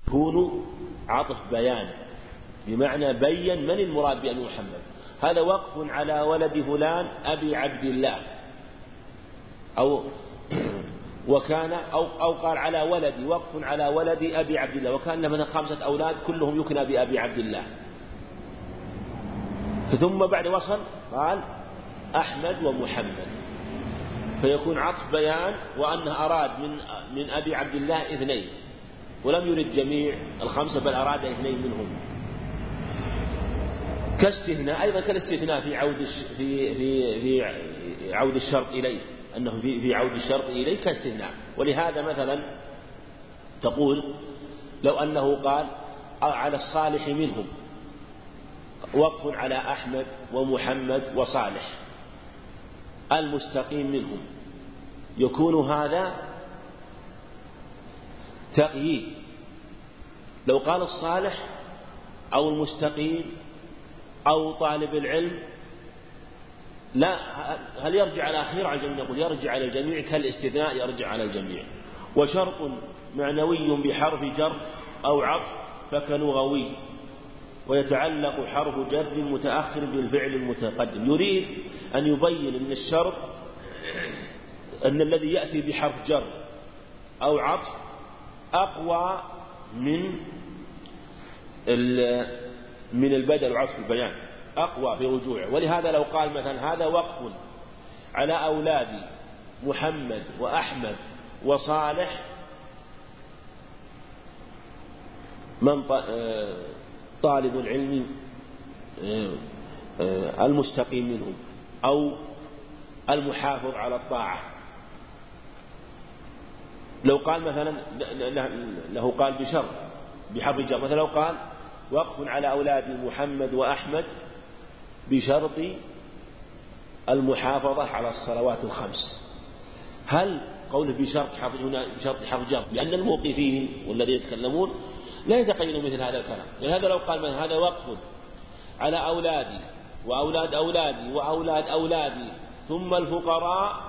يكون عطف بيان، بمعنى بين من المراد بأبي محمد. هذا وقف على ولد فلان أبي عبد الله، أو قال على ولدي، وقف على ولد أبي عبد الله، وكان له 5 أولاد كلهم يكنى بأبي عبد الله، ثم بعد وصل قال أحمد ومحمد، فيكون عطف بيان، وأنه أراد من أبي عبد الله 2، ولم يرد جميع 5 بل أراد 2 منهم. كاستثناء أيضا، كالاستثناء في عود الشرط إليه، أنه في عود الشرط إليه كاستثناء. ولهذا مثلا تقول لو أنه قال على الصالح منهم، وقف على أحمد ومحمد وصالح المستقيم منهم، يكون هذا تقييد. لو قال الصالح أو المستقيم أو طالب العلم، لا، هل يرجع على الأخير على الجميع؟ نقول يرجع على الجميع، كالاستثناء يرجع على الجميع. وشرط معنوي بحرف جر أو عطف فكلغوي، ويتعلق حرف جر متأخر بالفعل المتقدم. يريد أن يبين أن الشرط أن الذي يأتي بحرف جر أو عطف أقوى من البدل وعطف البيان، أقوى في رجوعه. ولهذا لو قال مثلا هذا وقف على أولاد محمد وأحمد وصالح من طالب العلم المستقيم منهم، أو المحافظ على الطاعة. لو قال مثلا له قال بشرط بحرف جر، مثلا لو قال وقف على أولاد محمد وأحمد بشرط المحافظة على الصلوات الخمس، هل قوله بشرط حرف جر لأن الموقفين والذين يتكلمون لا يتقينون مثل هذا الكلام؟ لهذا لو قال من هذا وقف على أولادي وأولاد أولادي وأولاد أولادي ثم الفقراء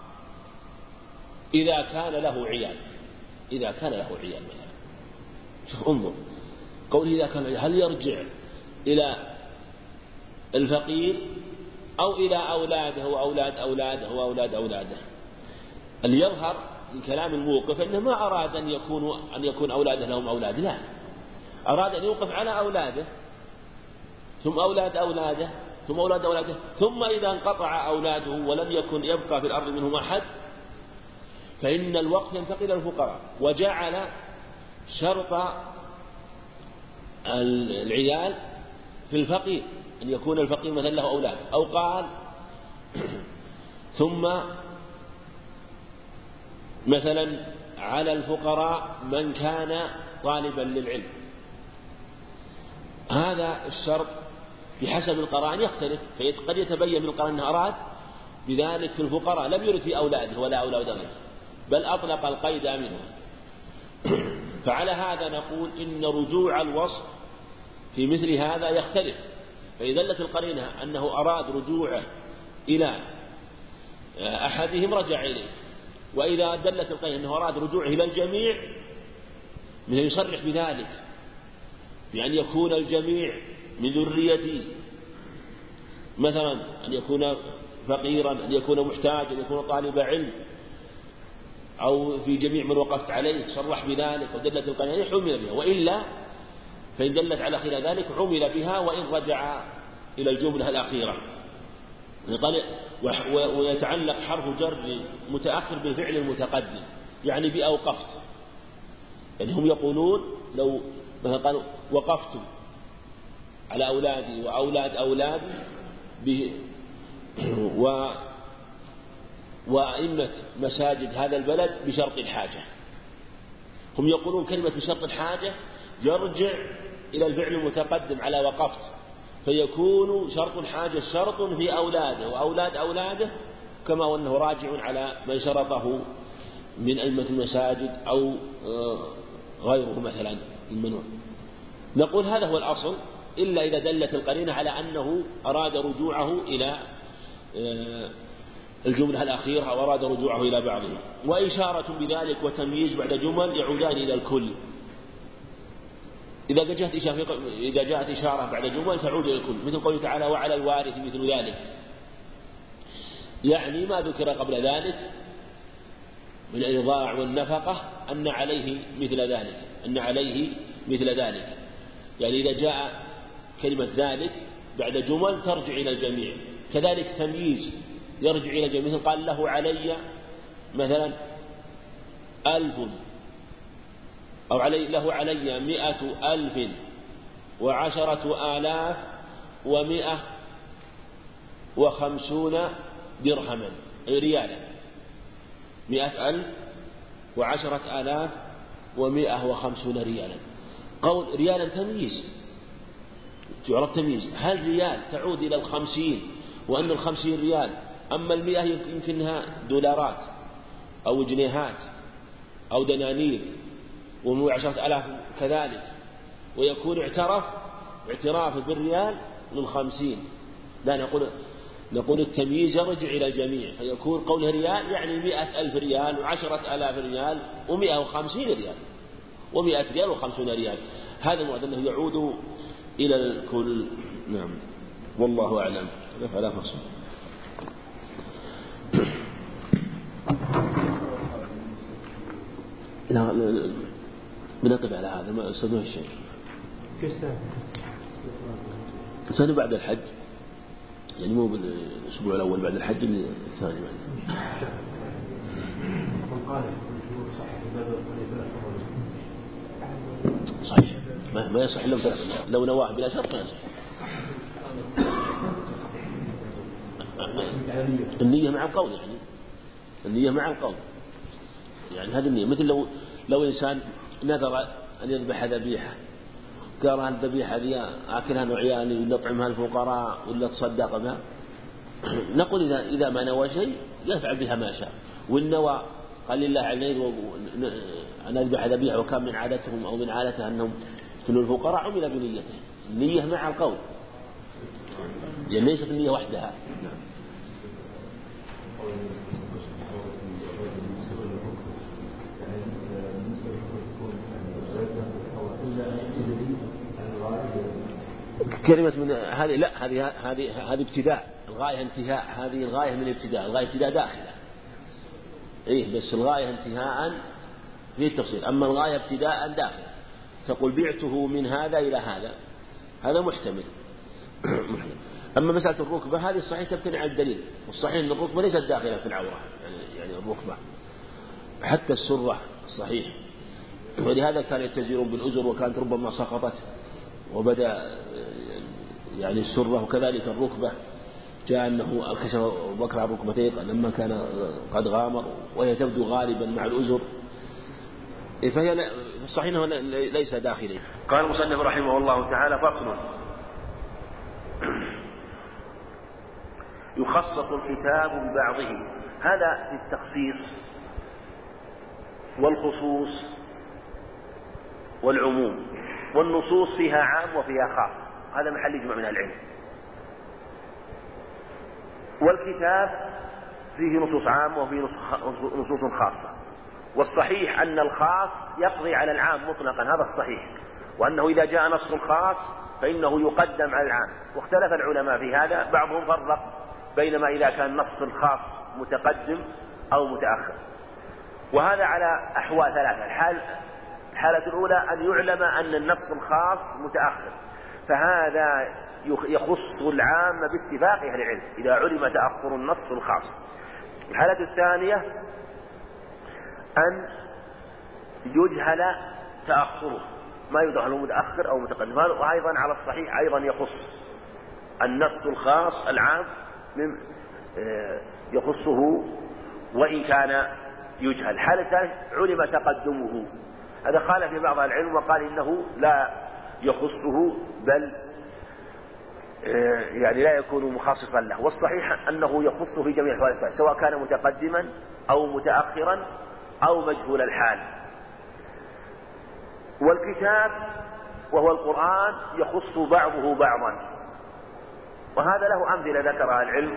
إذا كان له عيال، إذا كان له عيال مثلا، شوف انظر قوله إذا كان له، هل يرجع إلى الفقير أو إلى أولاده وأولاد أولاده وأولاد أولاده؟ اللي يظهر من كلام الموقف أنه ما أراد أن يكون أولاده لهم أولاد، لا، أراد أن يوقف على أولاده ثم أولاد أولاده ثم أولاد أولاده، ثم إذا انقطع أولاده ولم يكن يبقى في الأرض منهم أحد فإن الوقف ينتقل إلى الفقراء. وجعل شرط العيال في الفقير، أن يكون الفقير مثلا له أولاد، أو قال ثم مثلا على الفقراء من كان طالبا للعلم. هذا الشرط بحسب القرائن يختلف، فقد يتبين من القرائن أنه أراد بذلك في الفقراء، لم يرد في أولاده ولا أولاد غيره، بل أطلق القيد منهم. فعلى هذا نقول إن رجوع الوصف في مثل هذا يختلف، فإذا دلت القرينة أنه أراد رجوعه إلى أحدهم رجع إليه، وإذا دلت القرينة أنه أراد رجوعه إلى الجميع من يصرح بذلك، بأن يكون الجميع من ذريتي، مثلا أن يكون فقيرا، أن يكون محتاجا، أن يكون طالب علم، أو في جميع من وقفت عليه صرح بذلك ودلت القرينة حمل بها، وإلا فإن دلت على خلاف ذلك عمل بها وإن رجع إلى الجملة الأخيرة. ويتعلق حرف جر متأخر بالفعل المتقدم، يعني بأوقفت، يعني هم يقولون لو مثلا قالوا وقفت على أولادي وأولاد أولادي وأئمة مساجد هذا البلد بشرط الحاجة، هم يقولون كلمة بشرط الحاجة يرجع إلى الفعل المتقدم على وقفت، فيكون شرط الحاجة شرط في أولاده وأولاد أولاده، كما أنه راجع على من شرطه من أئمة المساجد أو غيره مثلا المنوع. نقول هذا هو الأصل، إلا إذا دلت القرينة على أنه أراد رجوعه إلى الجملة الأخيرة أو أراد رجوعه إلى بعضها. وإشارة بذلك وتمييز بعد جمل يعودان إلى الكل، إذا جاءت إشارة بعد جمل تعود إلى الكل، مثل قوله تعالى وعلى الوارث مثل ذلك، يعني ما ذكر قبل ذلك من الإرضاع والنفقة أن عليه مثل ذلك، يعني إذا جاء كلمة ذلك بعد جمل ترجع إلى الجميع. كذلك تمييز يرجع إلى الجميع، مثل قال له علي مثلا 1000، أو له علي 100,000 و10,000 و150 درهما، أي ريالا، 100,000 و10,000 و150 ريالا. قول ريالا تمييز، تعرف تمييز، هل ريال تعود إلى 50 وأن 50 ريال، أما 100 يمكنها دولارات أو جنيهات أو دنانير، و10,000 كذلك، ويكون اعتراف بالريال لل50. لا، نقول التمييز يرجع إلى الجميع، فيكون قوله ريال يعني 100,000 ريال و10,000 ريال و150 ريال و100 ريال و50 ريال. هذا المعنى أنه يعود إلى الكل. نعم، والله أعلم. فلا فصل. لا بنقف على هذا، ما أستاذنه الشيء. سنة بعد الحج، يعني مو بالأسبوع الأول بعد الحج، الثاني بعد. صحيح، ما يصح لو نواه بلا شرط ما يصح. النية مع القول، يعني النية مع القول، يعني هذه النية. مثل لو إنسان نذر أن يذبح ذبيحة، قال الذبيحة هذه أكلها وعيالي ولا أطعمها الفقراء ولا تصدق بها، نقول إذا ما نوى شيء يفعل بها ما شاء. وإن نوى قال لله عليه أن أذبح ذبيحة وكان من عادتهم أو من عادته أنهم يقتلون الفقراء، عمل بنيته. النية مع القول، يعني ليست النية وحدها. كلمة من هذه، لا، هذه ابتداء، الغاية انتهاء، هذه الغاية من الابتداء، الغاية ابتداء داخلة، بس الغاية انتهاء في التفصيل. أما الغاية ابتداء داخلة، تقول بعته من هذا إلى هذا محتمل. أما مسألة الركبة هذه الصحيح تبتني على الدليل، والصحيح أن الركبة ليست داخلة في العورة، يعني الركبة حتى السرة الصحيح، ولهذا كان يتزرون بالأزر، وكانت ربما سقطت وبدأ يعني السرة. وكذلك الركبة جاء أنه كشف أبو بكر عن ركبتيه لما كان قد غامر، وهي تبدو غالبا مع الأزر، فهي الصحيح أنه ليس داخلي. قال المصنف رحمه الله تعالى: فصل: يخصص الكتاب ببعضه. هذا في التخصيص والخصوص والعموم، والنصوص فيها عام وفيها خاص، هذا محل إجماع من العلم. والكتاب فيه نصوص عامة وفيه نصوص خاصة، والصحيح أن الخاص يقضي على العام مطلقا، هذا الصحيح، وأنه إذا جاء نص خاص فإنه يقدم على العام. واختلف العلماء في هذا، بعضهم فرق بينما إذا كان النص الخاص متقدم أو متأخر، وهذا على أحوال ثلاثة. الحالة الأولى أن يعلم أن النص الخاص متأخر، فهذا يخص العام باتفاق أهل العلم إذا علم تأخر النص الخاص. الحالة الثانية أن يجهل تأخره، ما يدخل متأخر أو متقدم، وأيضا على الصحيح أيضا يخص النص الخاص العام يخصه وإن كان يجهل. الحالة الثالثة علم تقدمه، هذا قال في بعض العلم وقال إنه لا يخصه، بل يعني لا يكون مخصصا له. والصحيح أنه يخص في جميع الحالات، سواء كان متقدما أو متأخرا أو مجهول الحال. والكتاب وهو القرآن يخص بعضه بعضا، وهذا له أمثلة ذكرها العلم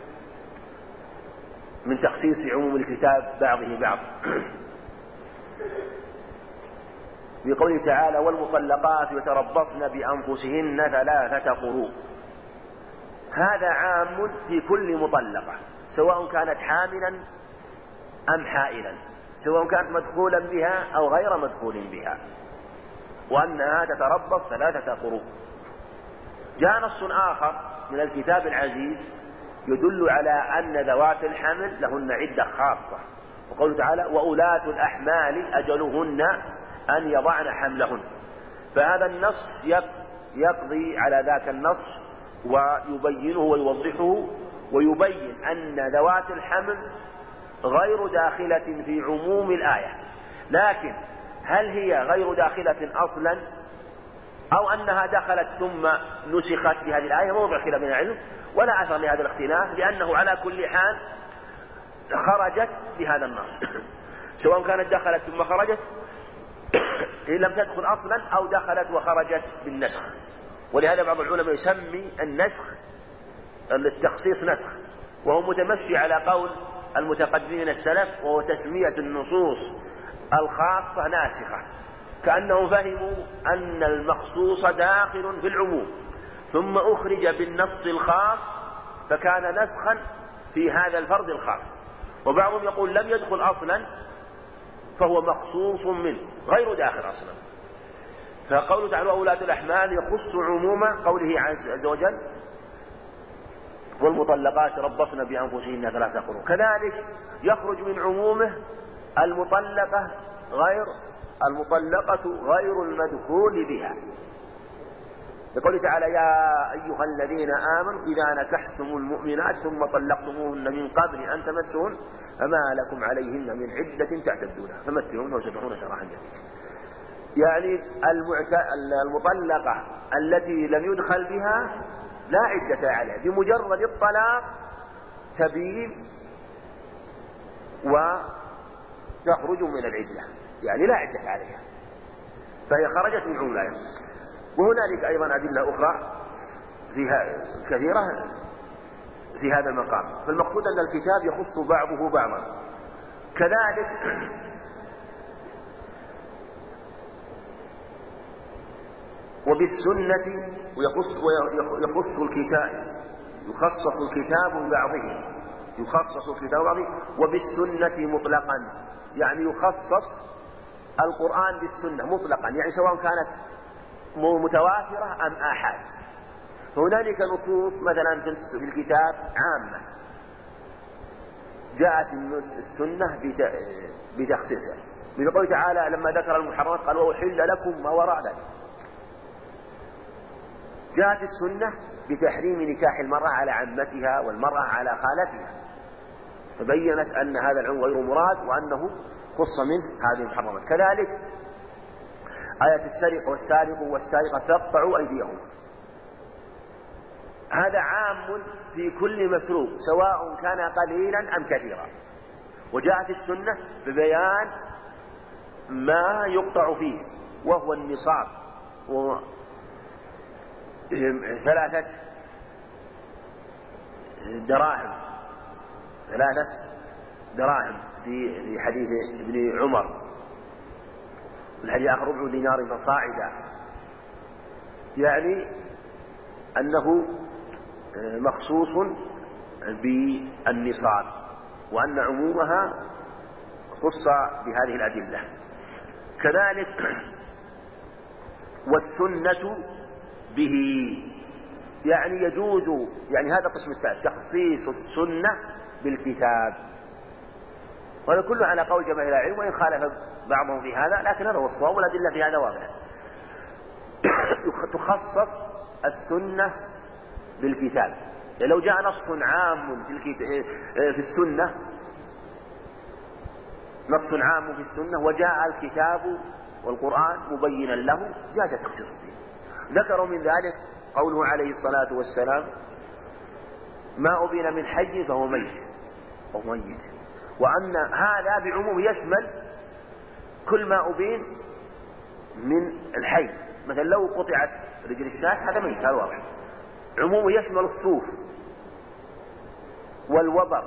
من تخصيص عموم الكتاب بعضه بعض. في قوله تعالى والمطلقات يتربصن بأنفسهن 3 قروء. هذا عام في كل مطلقة سواء كانت حاملا أم حائلا، سواء كانت مدخولا بها أو غير مدخول بها، وأنها تتربص 3 قروء. جاء نص آخر من الكتاب العزيز يدل على أن ذوات الحمل لهن عدة خاصة، وقوله تعالى وأولاة الأحمال أجلهن أن يضعن حملهن. فهذا النص يقضي على ذاك النص ويبينه ويوضحه، ويبين أن ذوات الحمل غير داخلة في عموم الآية، لكن هل هي غير داخلة أصلا أو أنها دخلت ثم نسخت بهذه الآية موضع خلاف من العلم، ولا أثر لهذا الاختلاف، لأنه على كل حال خرجت بهذا النص سواء كانت دخلت ثم خرجت إن لم تدخل أصلا أو دخلت وخرجت بالنسخ. ولهذا بعض العلماء يسمي النسخ التخصيص نسخ، وهو متمشي على قول المتقدمين السلف، وهو تسمية النصوص الخاصة ناسخة، كأنهم فهموا أن المخصوص داخل في العموم ثم أخرج بالنص الخاص فكان نسخا في هذا الفرد الخاص. وبعضهم يقول لم يدخل أصلا فهو مخصوص منه غير داخل أصلا. فقوله تعالى أولاة الأحمال يخص عموم قوله عز وجل والمطلقات ربصن بأنفسهن 3 قروء. كذلك يخرج من عمومه المطلقة غير المدخول بها، يقول تعالى يا أيها الذين آمنوا إذا نكحتم المؤمنات ثم طلقتموهن من قبل أن تمسوهن فما لكم عليهن من عدة تعتدونها فمتعوهن وسرحوهن سراحا جميلا. يعني المطلقة التي لم يدخل بها لا عدة عليها، بمجرد الطلاق تبين وتخرج من العدة، يعني لا عدة عليها، فهي خرجت من عموم الآية. وهنالك أيضا أدلة أخرى فيها كثيرة في هذا المقام، فالمقصود أن الكتاب يخص بعضه بعضا. كذلك وبالسنة يخص الكتاب، يخصص الكتاب ببعضه، وبالسنة مطلقا، يعني يخصص القرآن بالسنة مطلقا، يعني سواء كانت متواترة أم آحاد. فهنالك نصوص مثلا في الكتاب عامة جاءت السنة بتخصيصها، من قوله تعالى لما ذكر المحرمات قال وأحل لكم ما وراء ذلك. جاءت السنة بتحريم نكاح المرأة على عمتها والمرأة على خالتها، فبينت أن هذا العموم غير مراد وأنه خص منه هذه المحرمات. كذلك آية السرقة والسارق والسارقة فاقطعوا أيديهم، هذا عام في كل مسروق سواء كان قليلا أم كثيرا. وجاءت السنة ببيان ما يقطع فيه وهو النصاب، 3 دراهم في حديث ابن عمر، الحديث آخر 4 دينار فصاعدا، يعني أنه مخصوص بالنصاب وأن عمومها خص بهذه الأدلة. كذلك والسنة به، يعني يجوز، يعني هذا قسم الثالث تخصيص السنة بالكتاب، وهذا كله على قول جماهير العلم وإن خالف بعضهم في هذا، لكن هذا هو الصواب والأدلة في هذا واضحة. تخصص السنة بالكتاب، يعني لو جاء نص عام في السنة، نص عام في السنة وجاء الكتاب والقرآن مبينا له جاز التخصيص به. ذكروا من ذلك قوله عليه الصلاة والسلام ما أبين من حي فهو ميت، وأن هذا بعموم يشمل كل ما أبين من الحي، مثلا لو قطعت رجل الشاة هذا ميت، هذا واضح. عموم يشمل الصوف والوبر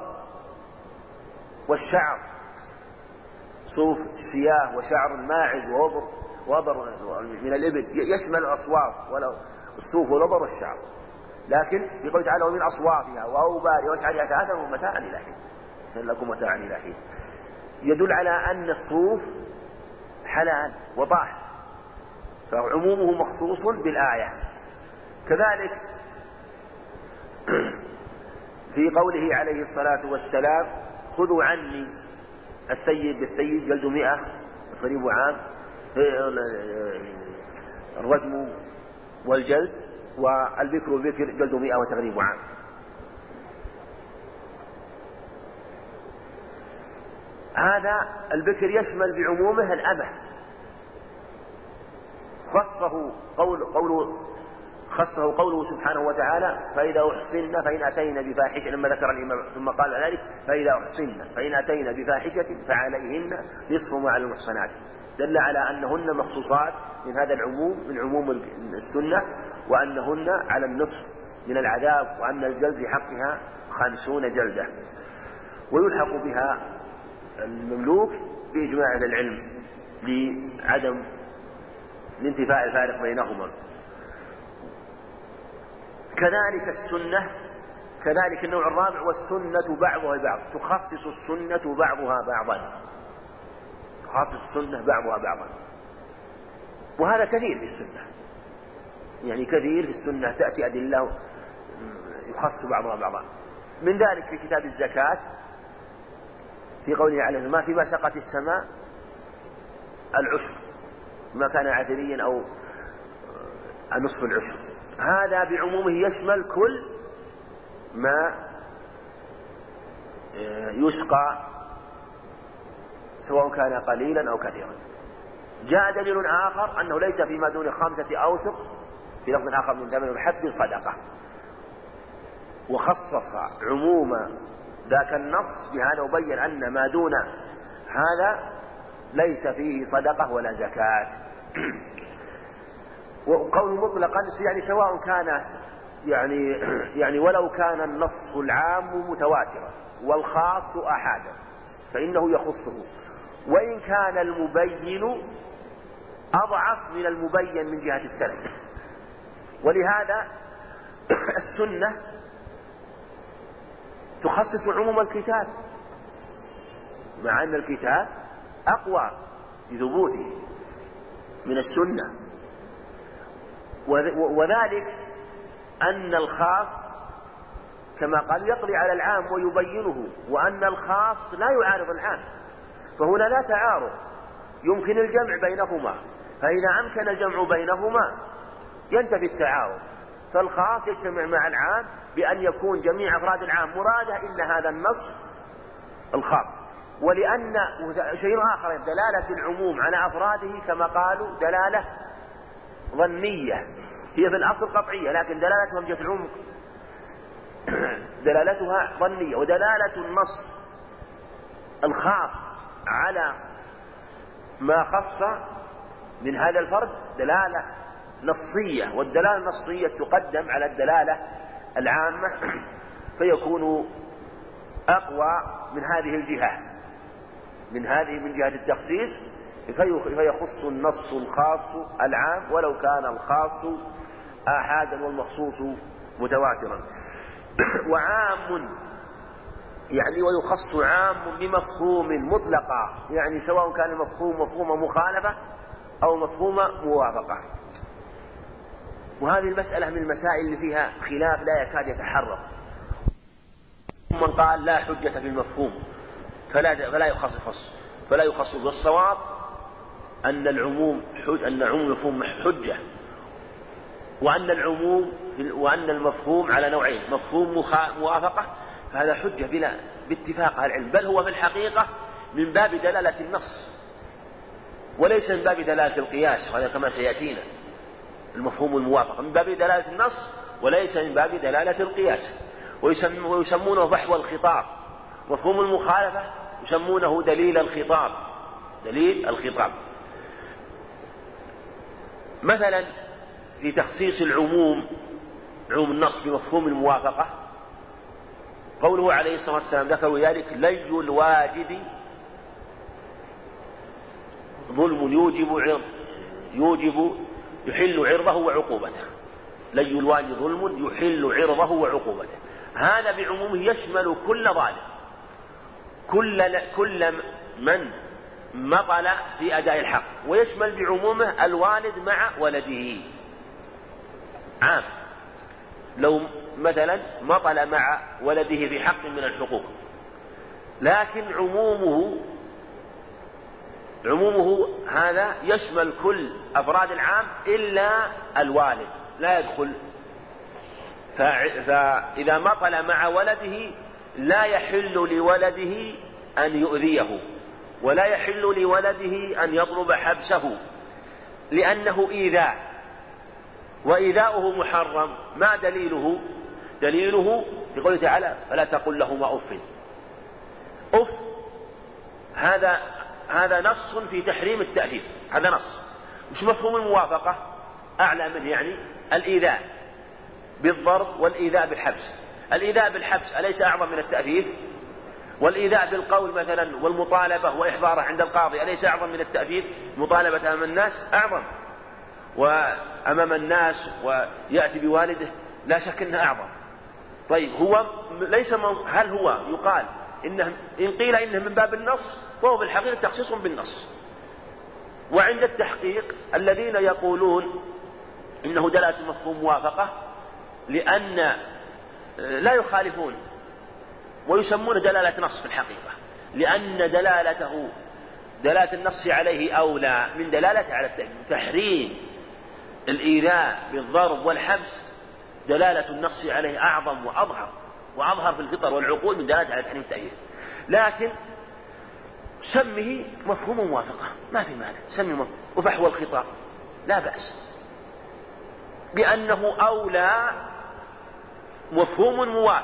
والشعر، صوف الشياه وشعر الماعز ووبر وبر من الإبل يشمل الأصواف ولو الصوف والوبر والشعر، لكن يقول تعالى ومن أصوافها وأوبارها وأشعارها ثلاثة متاعا إلى حين، لكم متاعا إلى حين، يدل على أن الصوف حلال وطاهر، فعمومه مخصوص بالآية. كذلك في قوله عليه الصلاة والسلام خذوا عني السيد بالسيد جلد 100 قريب عام، الرجم والجلد، والبكر والبكر جلد 100 وتغريب عام. هذا البكر يشمل بعمومه الأمة، خصه قوله سبحانه وتعالى فإذا أحصن فإن أتينا بفاحشة، لما ذكر الإمام ثم قال ذلك فإذا أحصن فإن أتينا بفاحشة فعليهن نصف ما على المحصنات، دل على أنهن مخصوصات من هذا العموم من عموم السنة، وأنهن على النصف من العذاب، وأن الجلد في حقها 50 جلدة، ويلحق بها المملوك بإجماع أهل العلم لعدم الانتفاء الفارق بينهما. كذلك السنة، كذلك النوع الرابع والسنة بعضها بعض، تخصص السنة بعضها بعضا، تخصص السنة بعضها بعضا، وهذا كثير في السنة، يعني كثير في السنة تأتي أدلة يخصص بعضها بعضا. من ذلك في كتاب الزكاة في قوله عليه ما فيما سقت السماء العشر ما كان عشريا أو نصف العشر، هذا بعمومه يشمل كل ما يسقى سواء كان قليلا أو كثيرا. جاء دليل آخر أنه ليس فيما دون 5 أوسق في لفظ آخر من ثمن الحب صدقة، وخصص عموم ذاك النص بهذا وبين أن ما دون هذا ليس فيه صدقة ولا زكاة. وقول مطلقا يعني سواء كان يعني ولو كان النص العام متواترا والخاص أحادا فإنه يخصه، وإن كان المبين أضعف من المبين من جهة السلف. ولهذا السنة تخصص عموم الكتاب، مع أن الكتاب أقوى بثبوته من السنة، وذلك أن الخاص كما قال يقضي على العام ويبينه، وأن الخاص لا يعارض العام، فهنا لا تعارض، يمكن الجمع بينهما، فإذا أمكن الجمع بينهما ينتفي التعارض، فالخاص يجتمع مع العام بأن يكون جميع أفراد العام مرادة إلا هذا النص الخاص. ولأن شيء آخر دلالة العموم على أفراده كما قالوا دلالة ظنية، هي في الأصل قطعية لكن دلالتها من جهة العموم دلالتها ظنية، ودلالة النص الخاص على ما خص من هذا الفرد دلالة نصية، والدلالة النصية تقدم على الدلالة العامة فيكون أقوى من هذه الجهة، من جهة التخصيص، فيخص النص الخاص العام ولو كان الخاص آحادا والمخصوص متواترا. وعام يعني ويخص عام بمفهوم مطلقا، يعني سواء كان المفهوم مفهوم مخالفة أو مفهوم موافقة. وهذه المسألة من المسائل اللي فيها خلاف لا يكاد يتحرر. من قال لا حجة في المفهوم فلا يخصص، والصواب أن العموم المفهوم حجة، وأن المفهوم على نوعين، مفهوم موافقة فهذا حجة باتفاق أهل العلم، بل هو في الحقيقة من باب دلالة النص وليس من باب دلالة القياس، وهذا كما سيأتينا. المفهوم الموافقة من باب دلالة النص وليس من باب دلالة القياس، ويسمونه فحوى الخطاب. مفهوم المخالفة يسمونه دليل الخطاب. مثلا في تخصيص عموم النص بمفهوم الموافقة قوله عليه الصلاة والسلام ذكروا ذلك لي الواجب ظلم يوجب يحل عرضه وعقوبته. لي الوالد ظلم يحل عرضه وعقوبته. هذا بعمومه يشمل كل ظالم، كل من مطل في أداء الحق، ويشمل بعمومه الوالد مع ولده عام. لو مثلا مطل مع ولده في حق من الحقوق، لكن عمومه هذا يشمل كل أفراد العام إلا الوالد لا يدخل. فإذا مطل مع ولده لا يحل لولده أن يؤذيه، ولا يحل لولده أن يطلب حبسه، لأنه إيذاء، وإيذاؤه محرم. ما دليله؟ دليله في قوله تعالى: فلا تقل لهما أف. أف هذا نص في تحريم التأديب، هذا نص. وش مفهوم الموافقة؟ أعلى منه، يعني الإيذاء بالضرب والإيذاء بالحبس. الإيذاء بالحبس أليس أعظم من التأديب؟ والإيذاء بالقول مثلا والمطالبة وإحضاره عند القاضي أليس أعظم من التأديب؟ مطالبة أمام الناس أعظم، وأمام الناس ويأتي بوالده لا شك أنه أعظم. طيب هو ليس هل هو يقال إن قيل إنه من باب النص، فهو بالحقيقة تخصيص بالنص. وعند التحقيق الذين يقولون إنه دلالة مفهوم موافقة، لأن لا يخالفون ويسمون دلالة نص في الحقيقة، لأن دلالة النص عليه أولى من دلالة على تحريم الإيذاء بالضرب والحبس. دلالة النص عليه أعظم وأظهر في الفطر والعقول من دلالة على تحريم التأييد. لكن سمه مفهوم موافقة ما في مانع، سمه وفحوى الخطاب لا بأس، بأنه أولى. مفهوم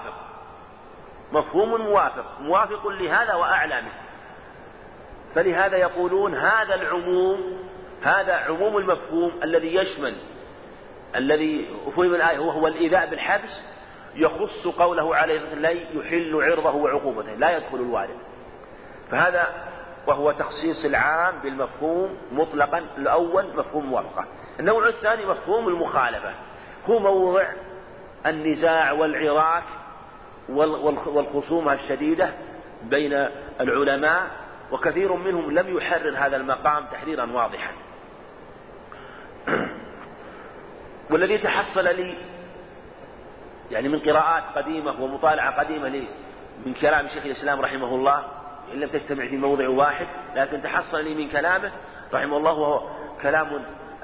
موافق لهذا وأعلى منه. فلهذا يقولون هذا عموم المفهوم الذي يشمل الذي فهم الآية هو الإيذاء بالحبس، يخص قوله عليه لا يحل عرضه وعقوبته، لا يدخل الوالد. فهذا وهو تخصيص العام بالمفهوم مطلقا. الأول مفهوم موافقة. النوع الثاني مفهوم المخالفة، هو موضع النزاع والعراك والخصومة الشديدة بين العلماء، وكثير منهم لم يحرر هذا المقام تحريرا واضحا. والذي تحصل لي يعني من قراءات قديمة ومطالعة قديمة لي من كلام شيخ الإسلام رحمه الله، إن لم تجتمع في موضع واحد، لكن تحصل لي من كلامه رحمه الله، وهو كلام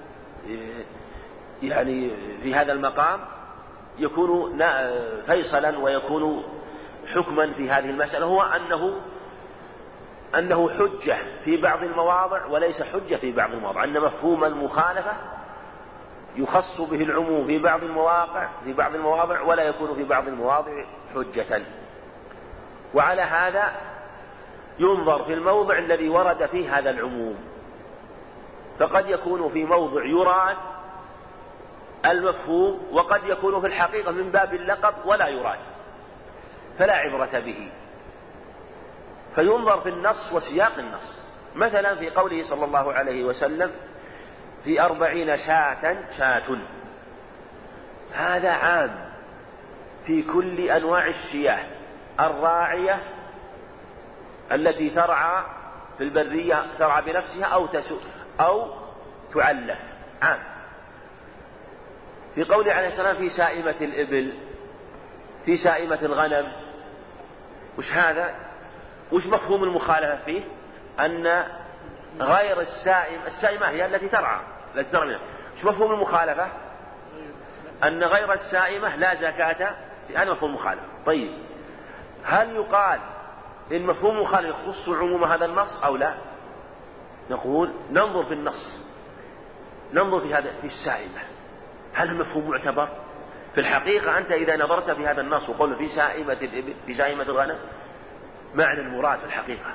يعني في هذا المقام يكون فيصلا ويكون حكما في هذه المسألة، هو أنه حجة في بعض المواضع وليس حجة في بعض المواضع، أن مفهوم المخالفة يخص به العموم في بعض المواضع ولا يكون في بعض المواضع حجة. وعلى هذا ينظر في الموضع الذي ورد فيه هذا العموم، فقد يكون في موضع يراد المفهوم، وقد يكون في الحقيقة من باب اللقب ولا يراد فلا عبرة به. فينظر في النص وسياق النص. مثلا في قوله صلى الله عليه وسلم في 40 شاة، هذا عام في كل أنواع الشياه الراعية التي ترعى في البرية، ترعى بنفسها أو تعلف، عام. في قوله عليه السلام في سائمة الإبل، في سائمة الغنم، وش هذا؟ وش مفهوم المخالفة فيه؟ أن غير السائمة هي التي ترعى منها. وش مفهوم المخالفة؟ أن غير السائمة لا زكاة، هذا مفهوم المخالفة. طيب هل يقال إن مفهوم المخالفة يخص عموم هذا النص أو لا؟ نقول ننظر في النص، ننظر في السائمة، هل المفهوم معتبر؟ في الحقيقة أنت إذا نظرت في هذا النص وقلنا في سائمة الإبل في سائمة الغنم، معنى المراد في الحقيقة،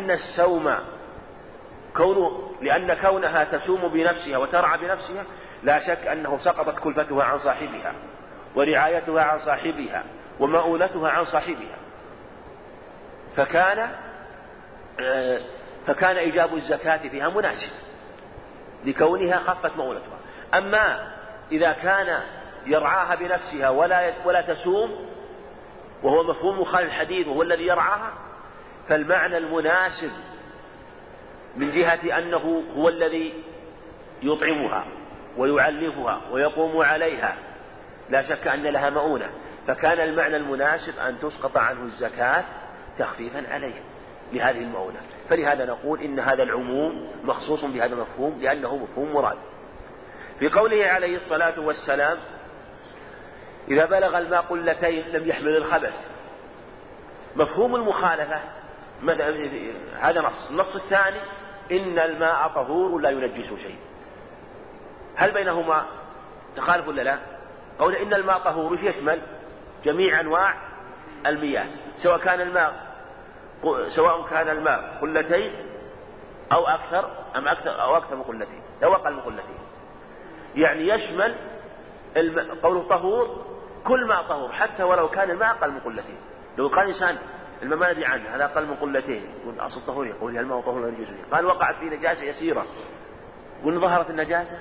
لأن كونها تسوم بنفسها وترعى بنفسها لا شك أنه سقطت كلفتها عن صاحبها ورعايتها عن صاحبها ومؤونتها عن صاحبها، فكان إيجاب الزكاة فيها مناسب. لكونها خفت مؤونتها. أما إذا كان يرعاها بنفسها ولا تسوم، وهو مفهوم مخالف الحديث وهو الذي يرعاها، فالمعنى المناسب من جهة أنه هو الذي يطعمها ويعلفها ويقوم عليها، لا شك أن لها مؤونة، فكان المعنى المناسب أن تسقط عنه الزكاة تخفيفا عليه لهذه المؤونة. فلهذا نقول إن هذا العموم مخصوص بهذا المفهوم لأنه مفهوم مراد. في قوله عليه الصلاة والسلام: إذا بلغ الماء قلتين لم يحمل الخبث، مفهوم المخالفة هذا نص. النص الثاني: إن الماء طهور لا ينجس شيء. هل بينهما تخالف ولا لا؟ قول إن الماء طهور يشمل جميع أنواع المياه، سواء كان الماء قلتين أو أكثر من قلتين أو أقل من قلتين، يعني يشمل قوله طهور كل ماء طهور، حتى ولو كان الماء أقل من قلتين. لو قال إنسان الماء ما ندري عنه هذا أقل من قلتين، يقول أصل طهور، يقول الماء طهور لا يجوز. قال وقعت فيه نجاسة يسيرة، قلنا ظهرت النجاسة،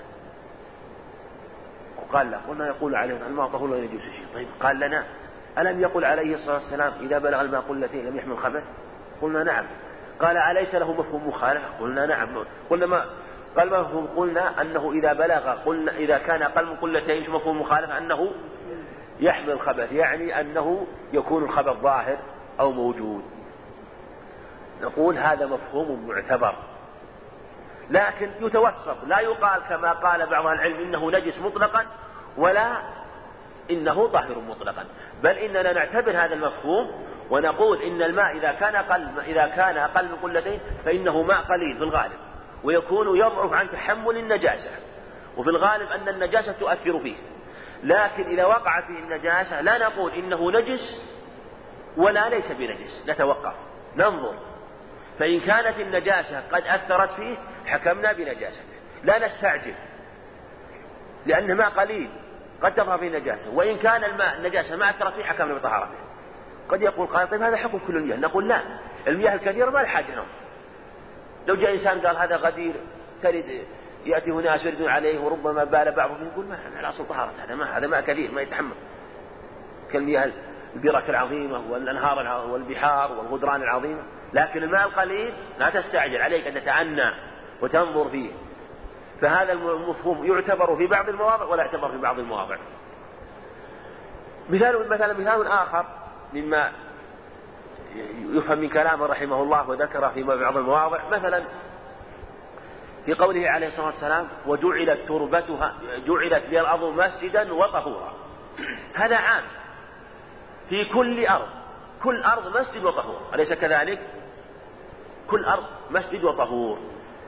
وقال لا، قلنا يقول عليه الماء طهور لا يجوز شيء. طيب قال لنا: ألم يقل عليه الصلاة والسلام إذا بلغ الماء قلتين لم يحمل خبث؟ قلنا نعم. قال: أليس له مفهوم مخالف؟ قلنا نعم. قلنا ما قال ما مفهوم؟ قلنا أنه إذا كان أقل من قلتين مفهوم مخالفة أنه يحمل الخبث، يعني أنه يكون الخبث ظاهر أو موجود. نقول هذا مفهوم معتبر، لكن يتوسط، لا يقال كما قال بعض العلم إنه نجس مطلقا ولا إنه طاهر مطلقا، بل إننا نعتبر هذا المفهوم ونقول إن الماء إذا كان أقل من قلتين فإنه ماء قليل في الغالب، ويكون يضعف عن تحمل النجاسة، وفي الغالب أن النجاسة تؤثر فيه. لكن إذا وقع فيه النجاسة لا نقول إنه نجس ولا ليس بنجس، نتوقف ننظر، فإن كانت النجاسة قد أثرت فيه حكمنا بنجاسته، لا نستعجل، لأن ماء قليل قد تظهر فيه النجاسة، وإن كان الماء النجاسة ما أثرت فيه حكمنا بطهارته. قد يقول قال: طيب هذا حكم كل المياه. نقول لا، المياه الكثيرة ما الحاجة لهم. لو جاء إنسان قال هذا غدير ترد يأتي ناس يردون عليه وربما بال بعضهم، يقول ما على أصل طهارة، هذا ماء كثير ما يتحمل، كالمياه البرك العظيمة والأنهار والبحار والغدران العظيمة. لكن الماء القليل لا تستعجل، عليك أن تتعنى وتنظر فيه. فهذا المفهوم يعتبر في بعض المواضع ولا يعتبر في بعض المواضع. مثال آخر مما يفهم من كلامه رحمه الله وذكر في بعض المواضع، مثلا في قوله عليه الصلاة والسلام: جعلت لي الأرض مسجدا وطهورا. هذا عام في كل أرض مسجد وطهور، أليس كذلك؟ كل أرض مسجد وطهور.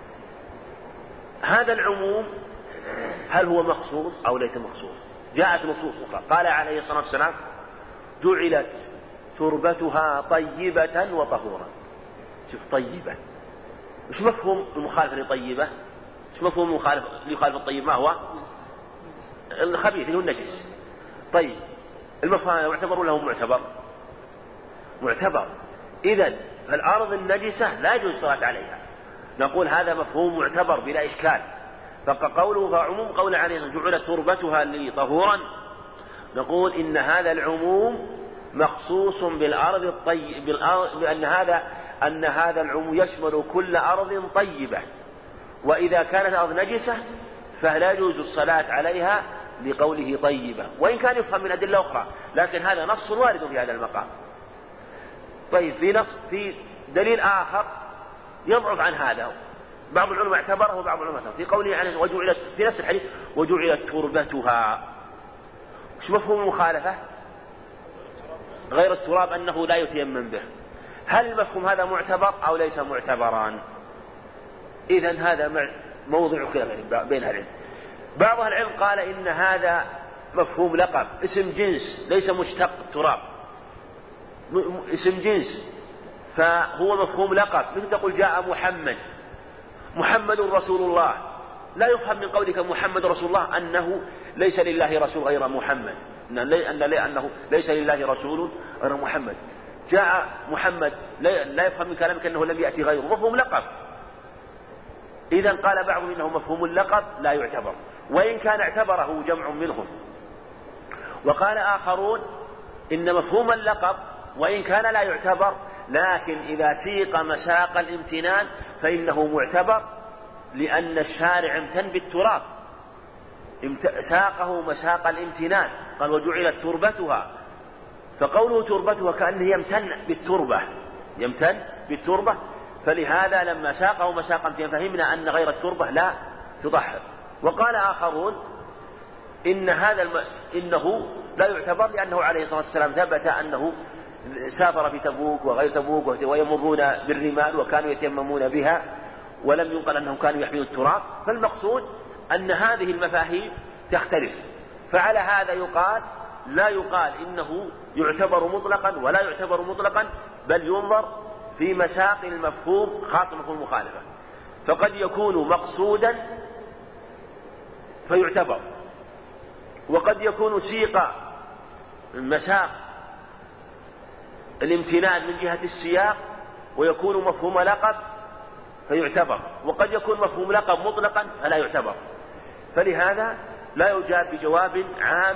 هذا العموم هل هو مخصوص أو ليس مخصوص؟ جاءت نصوص أخرى قال عليه الصلاة والسلام: جعلت تربتها طيبة وطهورا. شوف طيبة، وش مفهوم المخالفة لطيبة؟ شو مفهوم المخالف ليخالف الطيب؟ ما هو الخبيث اللي هو النجس. طيب المفهوم يعتبر له معتبر. إذن فالأرض النجسة لا يجوز الصلاة عليها، نقول هذا مفهوم معتبر بلا إشكال. فعموم قول عليه جعلت تربتها لي طهورا، نقول إن هذا العموم مخصوص بالأرض الطيب، أن هذا العموم يشمل كل أرض طيبة، وإذا كانت الأرض نجسة فلا يجوز الصلاة عليها لقوله طيبة، وإن كان يفهم من أدلة أخرى، لكن هذا نص وارد في هذا المقام. طيب في دليل آخر يضعف عن هذا، بعض العلماء اعتبره وبعض العلماء اعتبره، في قوله عنه وجعلت في نفس الحديث وجعلت تربتها. وش مفهوم المخالفة؟ غير التراب أنه لا يتيمم به. هل المفهوم هذا معتبر أو ليس معتبرا؟ إذن هذا موضع خلاف بين العلم. بعض العلم قال إن هذا مفهوم لقب، اسم جنس ليس مشتق تراب، اسم جنس، فهو مفهوم لقب، مثل تقول جاء محمد رسول الله، لا يفهم من قولك محمد رسول الله أنه ليس لله رسول غير محمد، أنه ليس لله رسول غير محمد. جاء محمد لا يفهم من كلامك أنه لم يأتي غيره، مفهوم لقب. إذن قال بعضهم إنه مفهوم اللقب لا يعتبر، وإن كان اعتبره جمع منهم. وقال آخرون إن مفهوم اللقب وإن كان لا يعتبر، لكن إذا سيق مساق الامتنان فإنه معتبر، لأن الشارع امتن بالتراب، ساقه مساق الامتنان، قال وجعلت تربتها، فقوله تربتها كأنه يمتن بالتربة، فلهذا لما ساقه مساق امتنان فهمنا أن غير التربة لا تضحر. وقال آخرون إنه لا يعتبر، لأنه عليه الصلاة والسلام ثبت أنه سافر في تبوك وغير تبوك ويمرون بالرمال وكانوا يتيممون بها، ولم ينقل أنهم كانوا يحملون التراب. فالمقصود أن هذه المفاهيم تختلف، فعلى هذا لا يقال إنه يعتبر مطلقا ولا يعتبر مطلقا، بل ينظر في مساق المفهوم خاصة مفهوم المخالفة، فقد يكون مقصودا فيعتبر، وقد يكون سيق مساق الامتنان من جهة السياق ويكون مفهوم لقب فيعتبر، وقد يكون مفهوم لقب مطلقا فلا يعتبر. فلهذا لا يجاب بجواب عام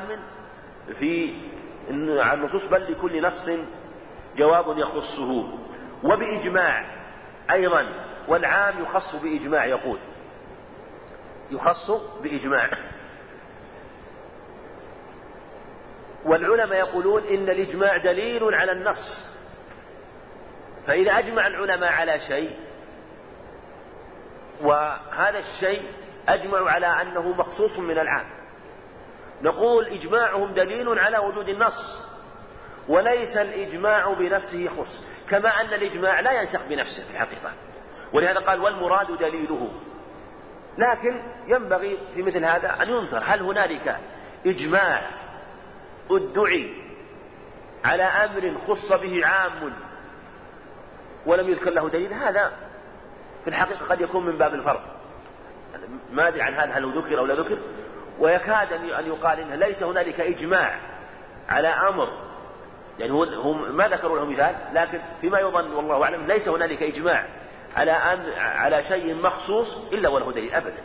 عن النصوص، بل لكل نص جواب يخصه. وبإجماع أيضا، والعام يخص بإجماع، يقول يخص بإجماع. والعلماء يقولون إن الإجماع دليل على النص، فإذا أجمع العلماء على شيء وهذا الشيء أجمعوا على أنه مخصوص من العام، نقول إجماعهم دليل على وجود النص، وليس الإجماع بنفسه خص، كما أن الإجماع لا ينسخ بنفسه في الحقيقة، ولهذا قال والمراد دليله. لكن ينبغي في مثل هذا أن ينظر هل هنالك إجماع ادعي على أمر خص به عام ولم يذكر له دليل، هذا في الحقيقة قد يكون من باب الفرق، ما أدري عن هذا هل هو ذكر أو لا ذكر، ويكاد أن يقال إن ليس هنالك إجماع على أمر، يعني هم ما ذكروا له مثال، لكن فيما يظن والله أعلم ليس هنالك إجماع على شيء مخصوص إلا وله دليل أبدا.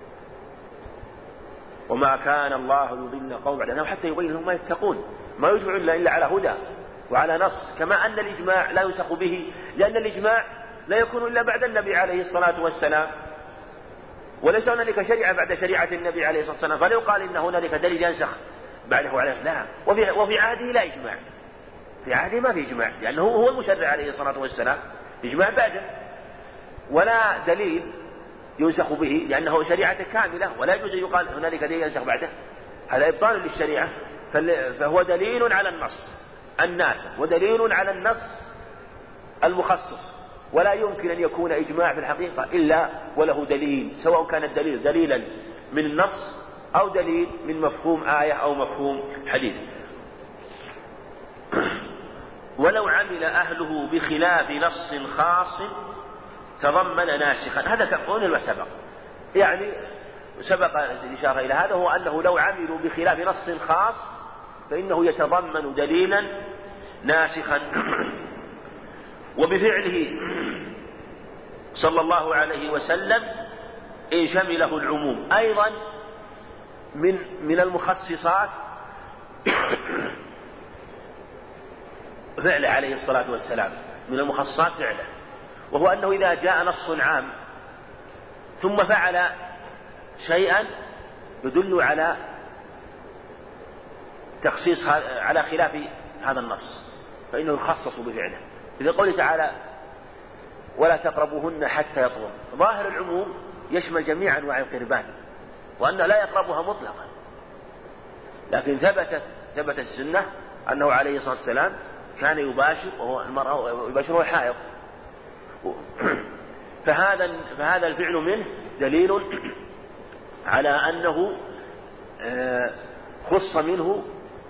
وما كان الله يضل قوم بعد أنهم حتى يبين لهم ما يتقون، ما يجمع إلا على هدى وعلى نص، كما أن الإجماع لا ينسخ به، لأن الإجماع لا يكون إلا بعد النبي عليه الصلاة والسلام، وليس هنالك شريعة بعد شريعة النبي عليه الصلاة والسلام، فلا يقال إن هنالك دليل ينسخ بعده عليه، لا. وفي عهده لا إجماع، في عهده ما في إجماع، لأنه هو المشرع عليه الصلاة والسلام، إجماع بعده ولا دليل ينسخ به، لأنه شريعة كاملة ولا يجوز يقال هنالك دليل ينسخ بعده، هذا إبطال للشريعة. فهو دليل على النص الناسخ ودليل على النص المخصص، ولا يمكن أن يكون إجماع في الحقيقة إلا وله دليل، سواء كان الدليل دليلا من النص أو دليل من مفهوم آية أو مفهوم حديث. ولو عمل أهله بخلاف نص خاص تضمن ناسخا، هذا تقول وسبق، يعني سبق الإشارة إلى هذا، هو أنه لو عملوا بخلاف نص خاص فإنه يتضمن دليلا ناسخا. وبفعله صلى الله عليه وسلم إن شمله العموم. أيضا من المخصصات فعله عليه الصلاة والسلام، من المخصصات فعله، وهو أنه إذا جاء نص عام ثم فعل شيئا يدل على تخصيص على خلاف هذا النص فإنه يخصص بفعله. إذا قوله تعالى ولا تقربوهن حتى يطهرن، ظاهر العموم يشمل جميع أنواع القربان، وأنه لا يقربها مطلقا، لكن ثبت السنة أنه عليه الصلاة والسلام كان يباشر وهو المرأة يباشره حائض، فهذا الفعل منه دليل على أنه خص منه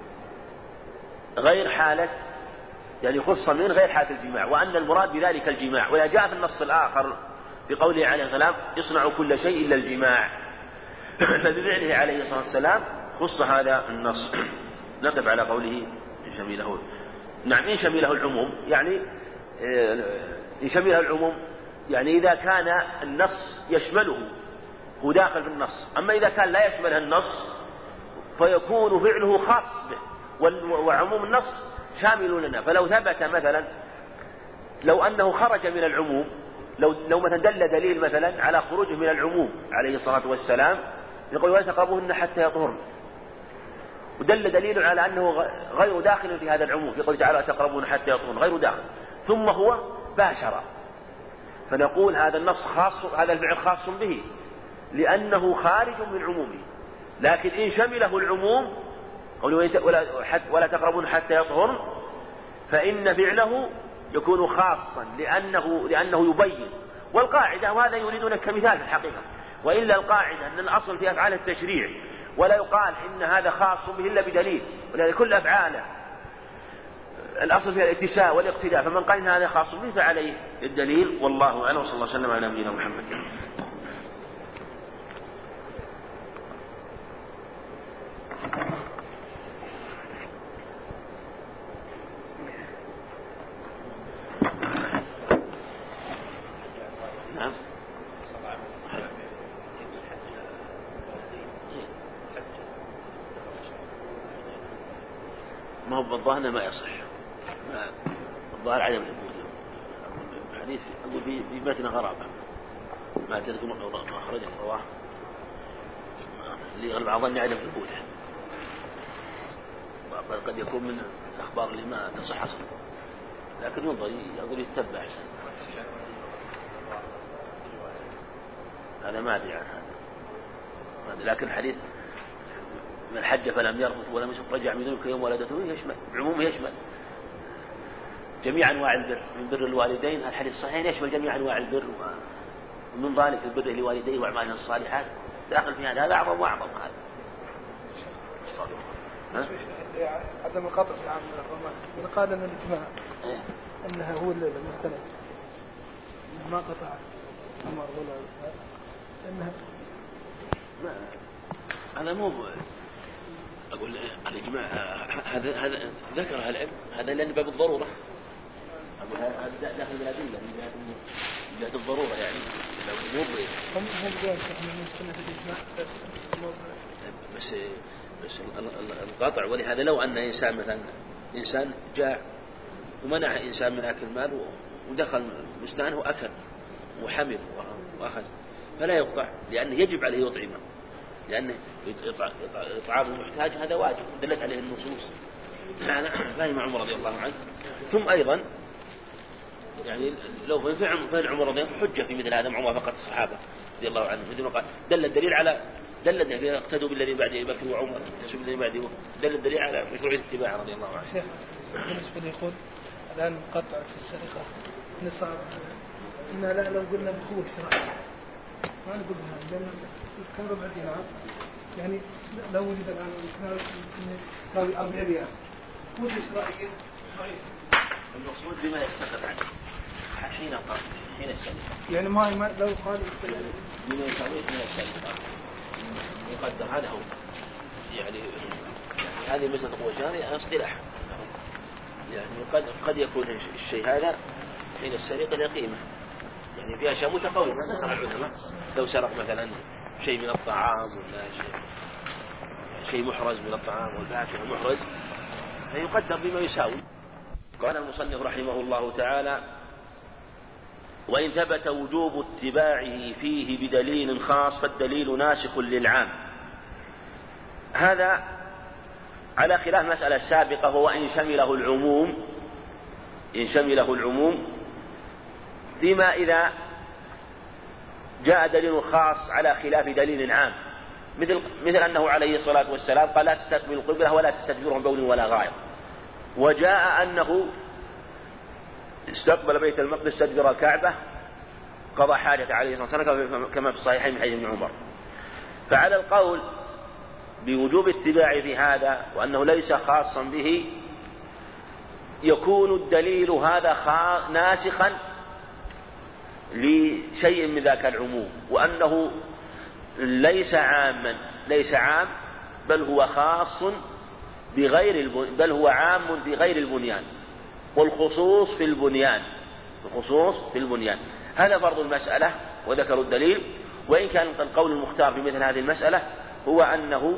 غير حالة، يعني خص من غير حالة الجماع، وأن المراد بذلك الجماع. ولا جاء في النص الآخر بقوله عليه السلام اصنعوا كل شيء إلا الجماع، فبفعله عليه الصلاة والسلام خص هذا النص. نقف على قوله إن شمله، نعم إن شمله العموم، يعني إن شمله العموم يعني إذا كان النص يشمله هو داخل في النص. أما إذا كان لا يشمله النص فيكون فعله خاص به، وعموم النص شامل لنا. فلو ثبت مثلا لو أنه خرج من العموم، لو مثلا دل دليل مثلا على خروجه من العموم عليه الصلاة والسلام، يقول ولا تقربوهن حتى يطهرن، ودل دليل على أنه غير داخل في هذا العموم، يقول تعالى لا تقربوهن حتى يطهرن، غير داخل، ثم هو باشر، فنقول هذا النص خاص، هذا الفعل خاص به لأنه خارج من عمومه. لكن إن شمله العموم ولا تقربون حتى يطهرن، فإن فعله يكون خاصا لأنه يبين. والقاعدة، وهذا يريدون كمثال في الحقيقة، وإلا القاعدة أن الأصل في أفعال التشريع ولا يقال إن هذا خاص به إلا بدليل، ولذلك كل أفعاله الأصل فيها الاتساع والاقتداء، فمن قال إن هذا خاص به فعليه الدليل. والله أعلم، وصلى الله وسلم على نبينا محمد. نعم. ما هو بالظاهر ما يصح، الظاهر عدم ثبوته. الحديث أقول في متن غرابة ما تذكر أخرجه رواه اللي غلب على ظني عدم ثبوته، قد يكون من الأخبار اللي ما تصح أصلا، لكن ينظر يقول يتبع أحسن. هذا ما أدري عن هذا، لكن الحديث من حج فلم يرفث ولم يسق رجع من ذنوبه يوم ولدته يشمل بعمومه، يشمل جميع أنواع البر، من بر الوالدين. الحديث الصحيح يشمل جميع أنواع البر، ومن ذلك البر لوالديه وأعماله الصالحات داخل في هذا أعظم وأعظم. هذا عدم القطع في عام من قال أن الإجماع أنها هو المستند ما قطع أمر ولا أنها أنا مو أقول الإجماع هذا ذكرها العلم، هذا لأن باب الضرورة، أقول هذا داخل الأدلة من جهة الضرورة، يعني مو بس القطع. ولهذا لو أن إنسان مثلا إنسان جاع ومنع إنسان من أكل مال ودخل بستانه وأكل وحمل وأخذ، فلا يقطع، لأنه يجب عليه يطعمه، لأنه إطعام المحتاج هذا واجب دلت عليه النصوص. فهم عمر رضي الله عنه. ثم أيضا يعني لو فهم عمر رضي الله عنه حجة في مثل هذا مع موافقة الصحابة رضي الله عنهم، مثل ما قال دل الدليل على اقتدوا بالذي بعد أبي بكر وعمر، بالذي بعد دل الدليل على مشروعية الاتباع رضي الله عنه. شيخ بالنسبة يقول الآن قطع في السرقة نصاب، إن لا لو قلنا بقوة شرعية ما نقول هذا، لأن كان ربع دينار يعني لو وجد الآن كان 400 قوة شرعية المقصود بما يستقر عنه حين السنة، يعني ما لو قال بما يساويه من السنة يقدر. هذا هو يعني هذه مسألة قوة شرعية اصطلاح، يعني قد يكون الشيء هذا حين السرقة له قيمة، يعني في أشياء متقوية العلماء لو سرق مثلا شيء من الطعام ولا شيء محرز من الطعام والفاكهة محرز فيقدر بما يساوي. قال المصنف رحمه الله تعالى: وإن ثبت وجوب اتباعه فيه بدليل خاص فالدليل ناسخ للعام. هذا على خلاف المسألة السابقة، هو إن شمله العموم فيما إذا جاء دليل خاص على خلاف دليل عام، مثل أنه عليه الصلاة والسلام قال لا تستقبل القبلة ولا تستدبرهم بول ولا غائط، وجاء أنه استقبل بيت المقدس استدبر الكعبة قضى حاجة عليه الصلاة والسلام كما في الصحيحين من حديث ابن عمر. فعلى القول بوجوب اتباعه في هذا وأنه ليس خاصا به يكون الدليل هذا ناسخا لشيء من ذاك العموم، وأنه ليس عام بل هو خاص بل هو عام في غير البنيان، والخصوص في البنيان. هذا فرض المسألة وذكروا الدليل. وإن كان القول المختار في مثل هذه المسألة هو أنه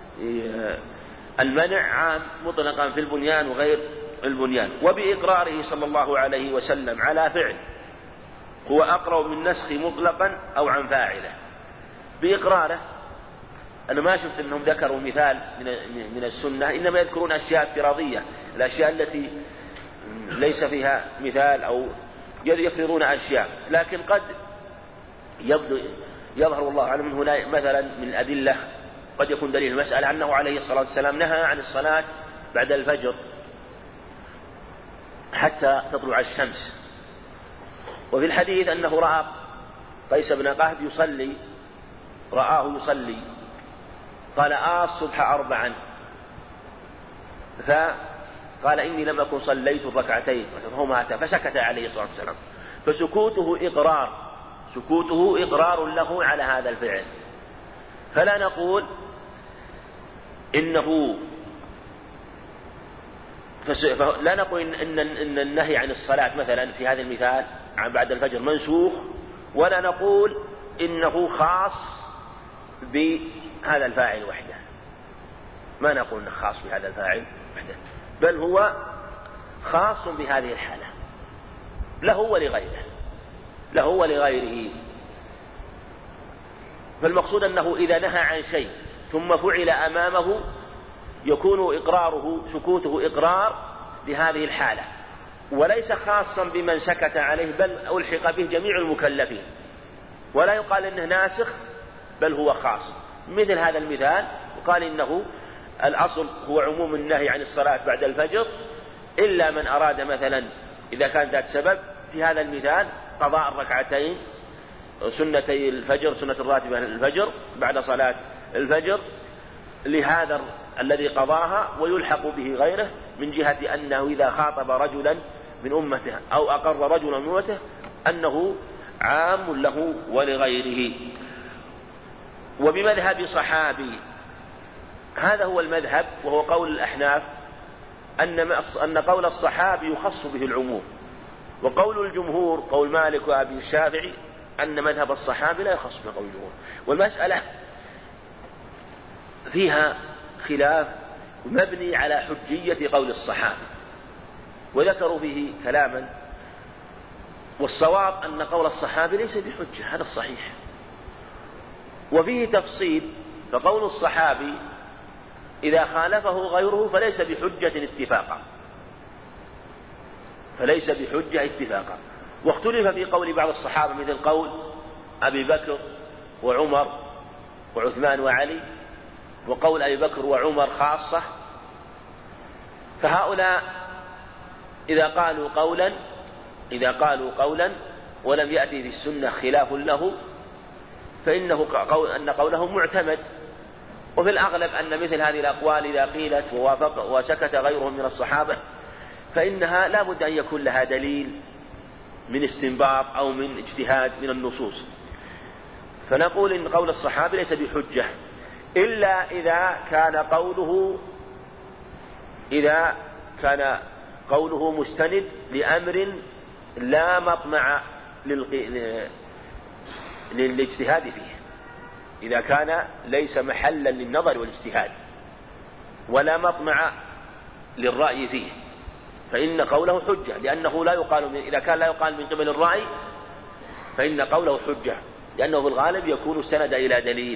المنع عام مطلقا في البنيان وغير البنيان. وبإقراره صلى الله عليه وسلم على فعل هو أقرب من نسخ مطلقا أو عن فاعله. بإقراره أنا ما شفت أنهم ذكروا مثال من السنة، إنما يذكرون أشياء افتراضية، الأشياء التي ليس فيها مثال أو يفرضون أشياء. لكن قد يظهر الله أعلم هنا مثلا من الأدلة قد يكون دليل المسألة أنه عليه الصلاة والسلام نهى عن الصلاة بعد الفجر حتى تطلع الشمس. وفي الحديث أنه رأى قيس بن قهب رآه يصلي قال الصبح 4 فقال إني لم أكن صليت الركعتين فهما فسكت عليه الصلاة والسلام. فسكوته إقرار له على هذا الفعل. فلا نقول إن النهي عن الصلاة مثلا في هذا المثال عن بعد الفجر منسوخ، ولا نقول إنه خاص بهذا الفاعل وحده، ما نقول إنه خاص بهذا الفاعل وحده، بل هو خاص بهذه الحالة له ولغيره. فالمقصود أنه إذا نهى عن شيء ثم فعل أمامه يكون سكوته إقرار لهذه الحالة، وليس خاصا بمن سكت عليه، بل ألحق به جميع المكلفين، ولا يقال إنه ناسخ بل هو خاص. مثل هذا المثال وقال إنه الأصل هو عموم النهي عن الصلاة بعد الفجر إلا من أراد مثلا إذا كان ذات سبب في هذا المثال قضاء الركعتين سنتي الفجر، سنة الراتبة الفجر بعد صلاة الفجر لهذا الذي قضاها، ويلحق به غيره من جهة أنه إذا خاطب رجلا من أمته أو أقر رجلا من أمته أنه عام له ولغيره. وبمذهب صحابي هذا هو المذهب، وهو قول الأحناف أن قول الصحابي يخص به العموم، وقول الجمهور قول مالك وأبي الشافعي أن مذهب الصحابي لا يخص بقول الجمهور. والمسألة فيها خلاف مبني على حجية قول الصحابي، وذكروا فيه كلاما، والصواب أن قول الصحابي ليس بحجة، هذا الصحيح. وفيه تفصيل، فقول الصحابي إذا خالفه غيره فليس بحجة اتفاقا، واختلف في قول بعض الصحابة مثل قول أبي بكر وعمر وعثمان وعلي، وقول أبي بكر وعمر خاصة. فهؤلاء إذا قالوا قولا ولم يأتي في السنة خلاف له أن قولهم معتمد. وفي الأغلب أن مثل هذه الأقوال إذا قيلت وسكت غيرهم من الصحابة فإنها لا بد أن يكون لها دليل من استنباط أو من اجتهاد من النصوص. فنقول إن قول الصحابي ليس بحجة إلا إذا كان قوله مستند لأمر لا مطمع للاجتهاد فيه، إذا كان ليس محلا للنظر والاجتهاد ولا مطمع للرأي فيه فإن قوله حجة، لأنه إذا كان لا يقال من قبل الرأي فإن قوله حجة، لأنه في الغالب يكون استند إلى دليل.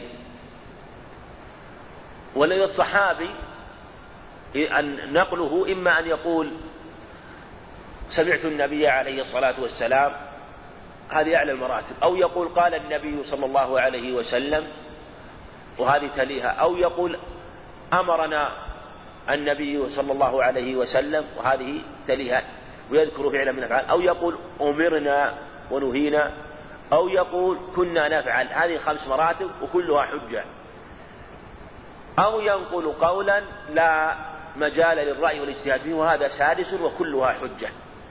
وللصحابي أن نقله إما أن يقول سمعت النبي عليه الصلاة والسلام، هذه أعلى المراتب، أو يقول قال النبي صلى الله عليه وسلم وهذه تليها، أو يقول أمرنا النبي صلى الله عليه وسلم وهذه تليها ويذكر فعلا من الأفعال، أو يقول أمرنا ونهينا، أو يقول كنا نفعل. هذه 5 مراتب وكلها حجة. أو ينقل قولا لا مجال للرأي والاجتهاد فيه وهذا 6 وكلها حجة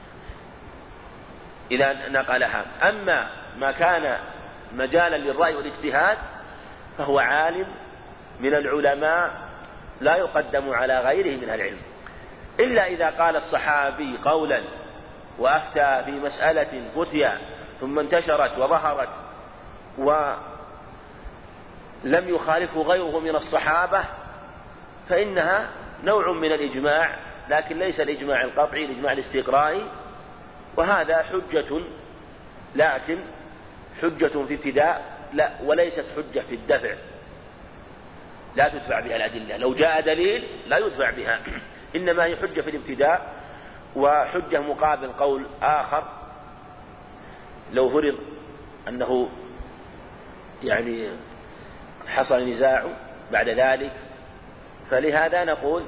إذا نقلها. أما ما كان مجالا للرأي والاجتهاد فهو عالم من العلماء لا يقدم على غيره من العلم، إلا إذا قال الصحابي قولا وأفتى في مسألة فتيا ثم انتشرت وظهرت ولم يخالفه غيره من الصحابة فإنها نوع من الإجماع، لكن ليس الإجماع القطعي، الإجماع الاستقرائي، وهذا حجة، لكن حجة في ابتداء لا، وليست حجة في الدفع، لا تدفع بها الأدلة. لو جاء دليل لا يدفع بها، إنما هي حجة في الابتداء، وحجة مقابل قول آخر لو فرض أنه يعني حصل نزاع بعد ذلك، فلهذا نقول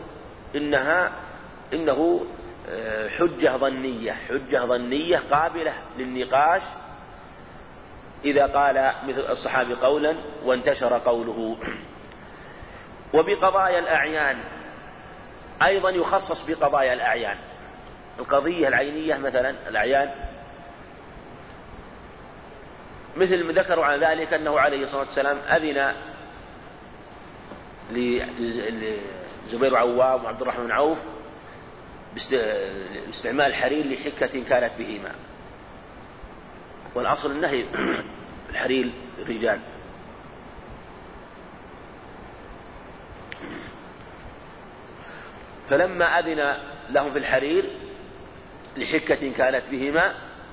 إنه حجة ظنية قابلة للنقاش إذا قال مثل الصحابي قولا وانتشر قوله. وبقضايا الأعيان أيضا يخصص بقضايا الأعيان، القضية العينية مثلا الأعيان، مثل ما ذكروا عن ذلك أنه عليه الصلاة والسلام أذن لزبير عوام وعبد الرحمن عوف باستعمال الحرير لحكة كانت بهما، والأصل النهي الحرير الرجال. فلما أذن لهم في الحرير لحكة كانت بهما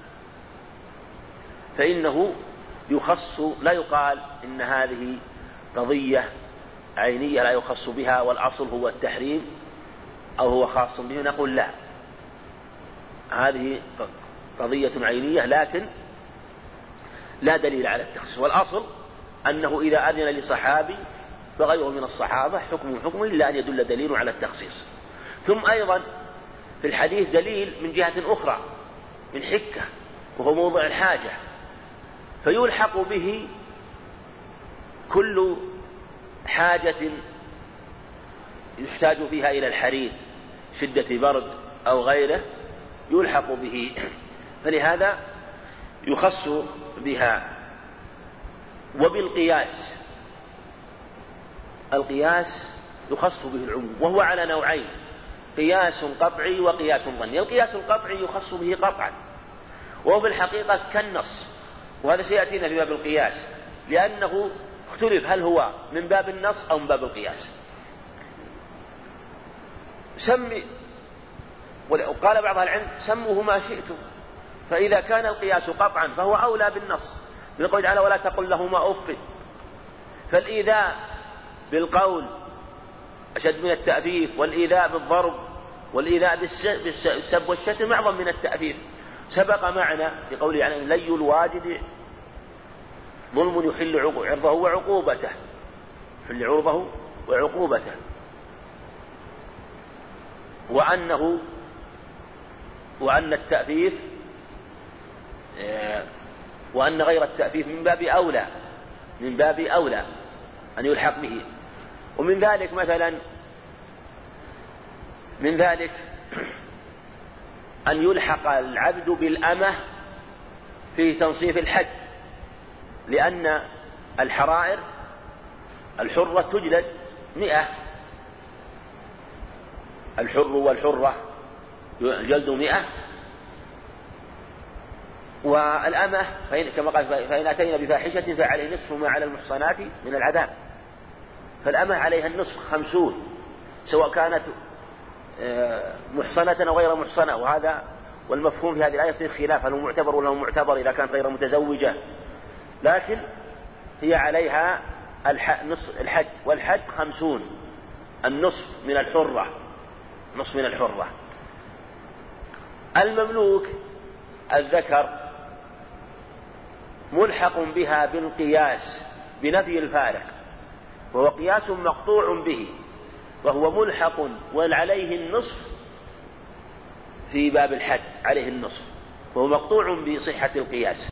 فإنه يخص، لا يقال إن هذه قضية عينية لا يخص بها والأصل هو التحريم أو هو خاص به، نقول لا، هذه قضية عينية لكن لا دليل على التخصيص، والأصل أنه إذا أذن لصحابي فغيره من الصحابة حكم إلا أن يدل دليل على التخصيص. ثم أيضا في الحديث دليل من جهة أخرى من حكة، وهو موضع الحاجة، فيلحق به كل حاجة يحتاج فيها إلى الحرير، شدة برد أو غيره يلحق به، فلهذا يخص بها. وبالقياس، القياس يخص به العموم، وهو على نوعين، قياس قطعي وقياس ظني. القياس القطعي يخص به قطعا، وهو في الحقيقة كالنص، وهذا سيأتينا في باب القياس، لأنه اختلف هل هو من باب النص أو من باب القياس. وقال بعض العلم سموه ما شئتم، فإذا كان القياس قطعا فهو أولى بالنص، من قوله تعالى ولا تقل لهما أف، فالإيذاء بالقول أشد من التأفيف، والإيذاء بالضرب والإيذاء بالسب والشتم أعظم من التأفيف. سبق معنا في قوله عن لي الواجد ظلم يحل عرضه وعقوبته، يحل عرضه وعقوبته، وأن التأفيف وأن غير التأفيف من باب أولى أن يلحق به. ومن ذلك مثلا أن يلحق العبد بالأمة في تنصيف الحد، لأن الحرائر الحرة تجلد 100، الحر والحرة جلد 100، والأمة كما قال فإن أتينا بفاحشة فعليه نصف ما على المحصنات من العذاب، فالأمة عليها النصف 50، سواء كانت محصنة أو غير محصنة. وهذا والمفهوم في هذه الآية في خلاف هل هو معتبر ولا هو معتبر إذا كانت غير متزوجة، لكن هي عليها الحد، والحد 50، النصف من الحرة، نصف من الحرة. المملوك الذكر ملحق بها بالقياس بنفي الفارق، وهو قياس مقطوع به، وهو ملحق وعليه النصف في باب الحد، عليه النصف، وهو مقطوع بصحة القياس.